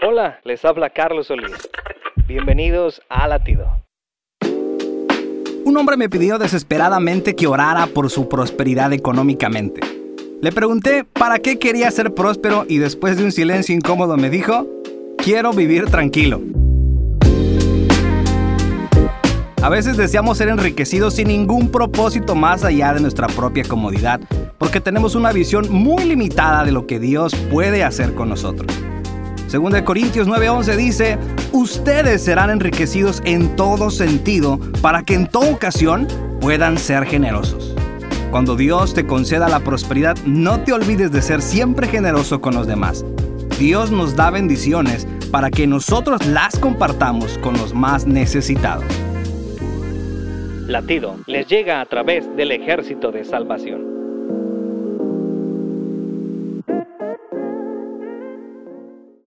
Hola, les habla Carlos Solís. Bienvenidos a Latido. Un hombre me pidió desesperadamente que orara por su prosperidad económicamente. Le pregunté para qué quería ser próspero y después de un silencio incómodo me dijo: quiero vivir tranquilo. A veces deseamos ser enriquecidos sin ningún propósito más allá de nuestra propia comodidad, porque tenemos una visión muy limitada de lo que Dios puede hacer con nosotros. Según de Corintios 9:11 dice: ustedes serán enriquecidos en todo sentido para que en toda ocasión puedan ser generosos. Cuando Dios te conceda la prosperidad, no te olvides de ser siempre generoso con los demás. Dios nos da bendiciones para que nosotros las compartamos con los más necesitados. Latido les llega a través del Ejército de Salvación.